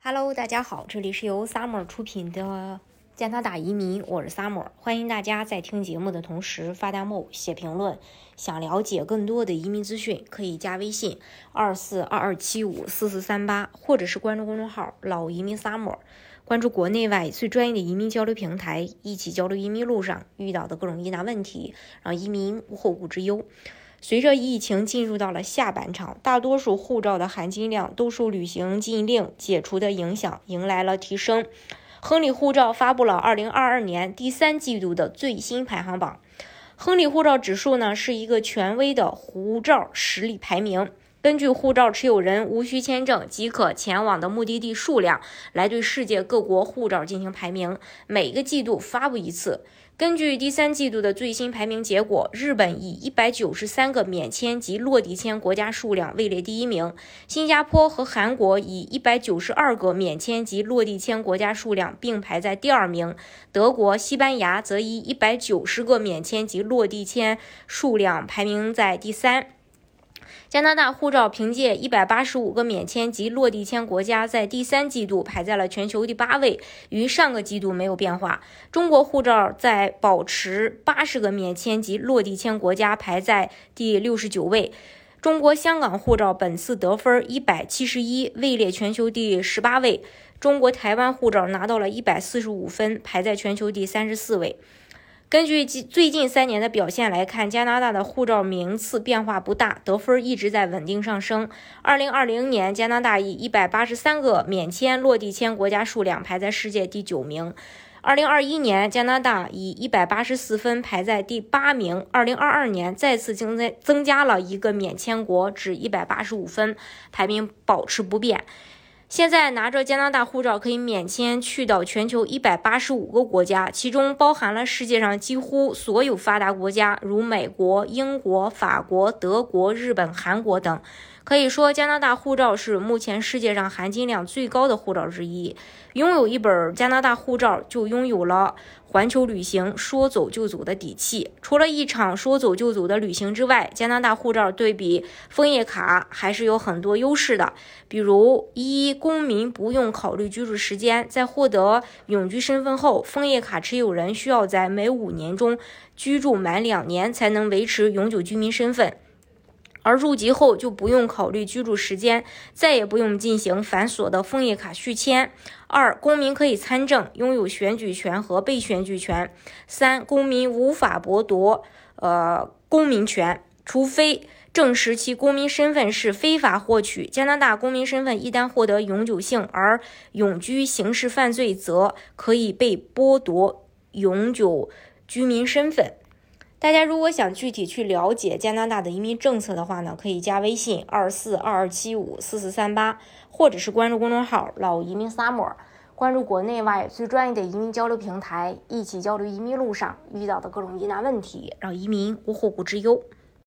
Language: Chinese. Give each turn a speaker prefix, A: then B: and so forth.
A: Hello，大家好，这里是由 Summer 出品的加拿大移民，我是 Summer， 欢迎大家在听节目的同时发弹幕、写评论。想了解更多的移民资讯，可以加微信2422754438，或者是关注公众号老移民 Summer， 关注国内外最专业的移民交流平台，一起交流移民路上遇到的各种疑难问题，让移民无后顾之忧。随着疫情进入到了下半场，大多数护照的含金量都受旅行禁令解除的影响迎来了提升。亨利护照发布了2022年第3季度的最新排行榜。亨利护照指数呢是一个权威的护照实力排名，根据护照持有人无需签证即可前往的目的地数量来对世界各国护照进行排名，每个季度发布一次。根据第3季度的最新排名结果，日本以193个免签及落地签国家数量位列第一名，新加坡和韩国以192个免签及落地签国家数量并排在第2名，德国、西班牙则以190个免签及落地签数量排名在第3。加拿大护照凭借185个免签及落地签国家在第3季度排在了全球第8位，与上个季度没有变化。中国护照在保持80个免签及落地签国家排在第69位。中国香港护照本次得分171，位列全球第18位。中国台湾护照拿到了145分，排在全球第34位。根据最近3年的表现来看，加拿大的护照名次变化不大，得分一直在稳定上升。2020年，加拿大以183个免签落地签国家数量排在世界第9名。2021年，加拿大以184分排在第8名。2022年再次增加了一个免签国，至185分，排名保持不变。现在拿着加拿大护照可以免签去到全球185个国家，其中包含了世界上几乎所有发达国家，如美国、英国、法国、德国、日本、韩国等。可以说，加拿大护照是目前世界上含金量最高的护照之一。拥有一本加拿大护照，就拥有了环球旅行说走就走的底气。除了一场说走就走的旅行之外，加拿大护照对比枫叶卡还是有很多优势的。比如，公民不用考虑居住时间，在获得永居身份后，枫叶卡持有人需要在每5年中居住满2年才能维持永久居民身份。而入籍后就不用考虑居住时间，再也不用进行繁琐的枫叶卡续签。2. 公民可以参政，拥有选举权和被选举权。3. 公民无法剥夺公民权，除非证实其公民身份是非法获取。加拿大公民身份一旦获得永久性，而永居刑事犯罪，则可以被剥夺永久居民身份。大家如果想具体去了解加拿大的移民政策的话呢，可以加微信2422754438，或者是关注公众号老移民 Summer， 关注国内外最专业的移民交流平台，一起交流移民路上遇到的各种疑难问题，让移民无后顾之忧。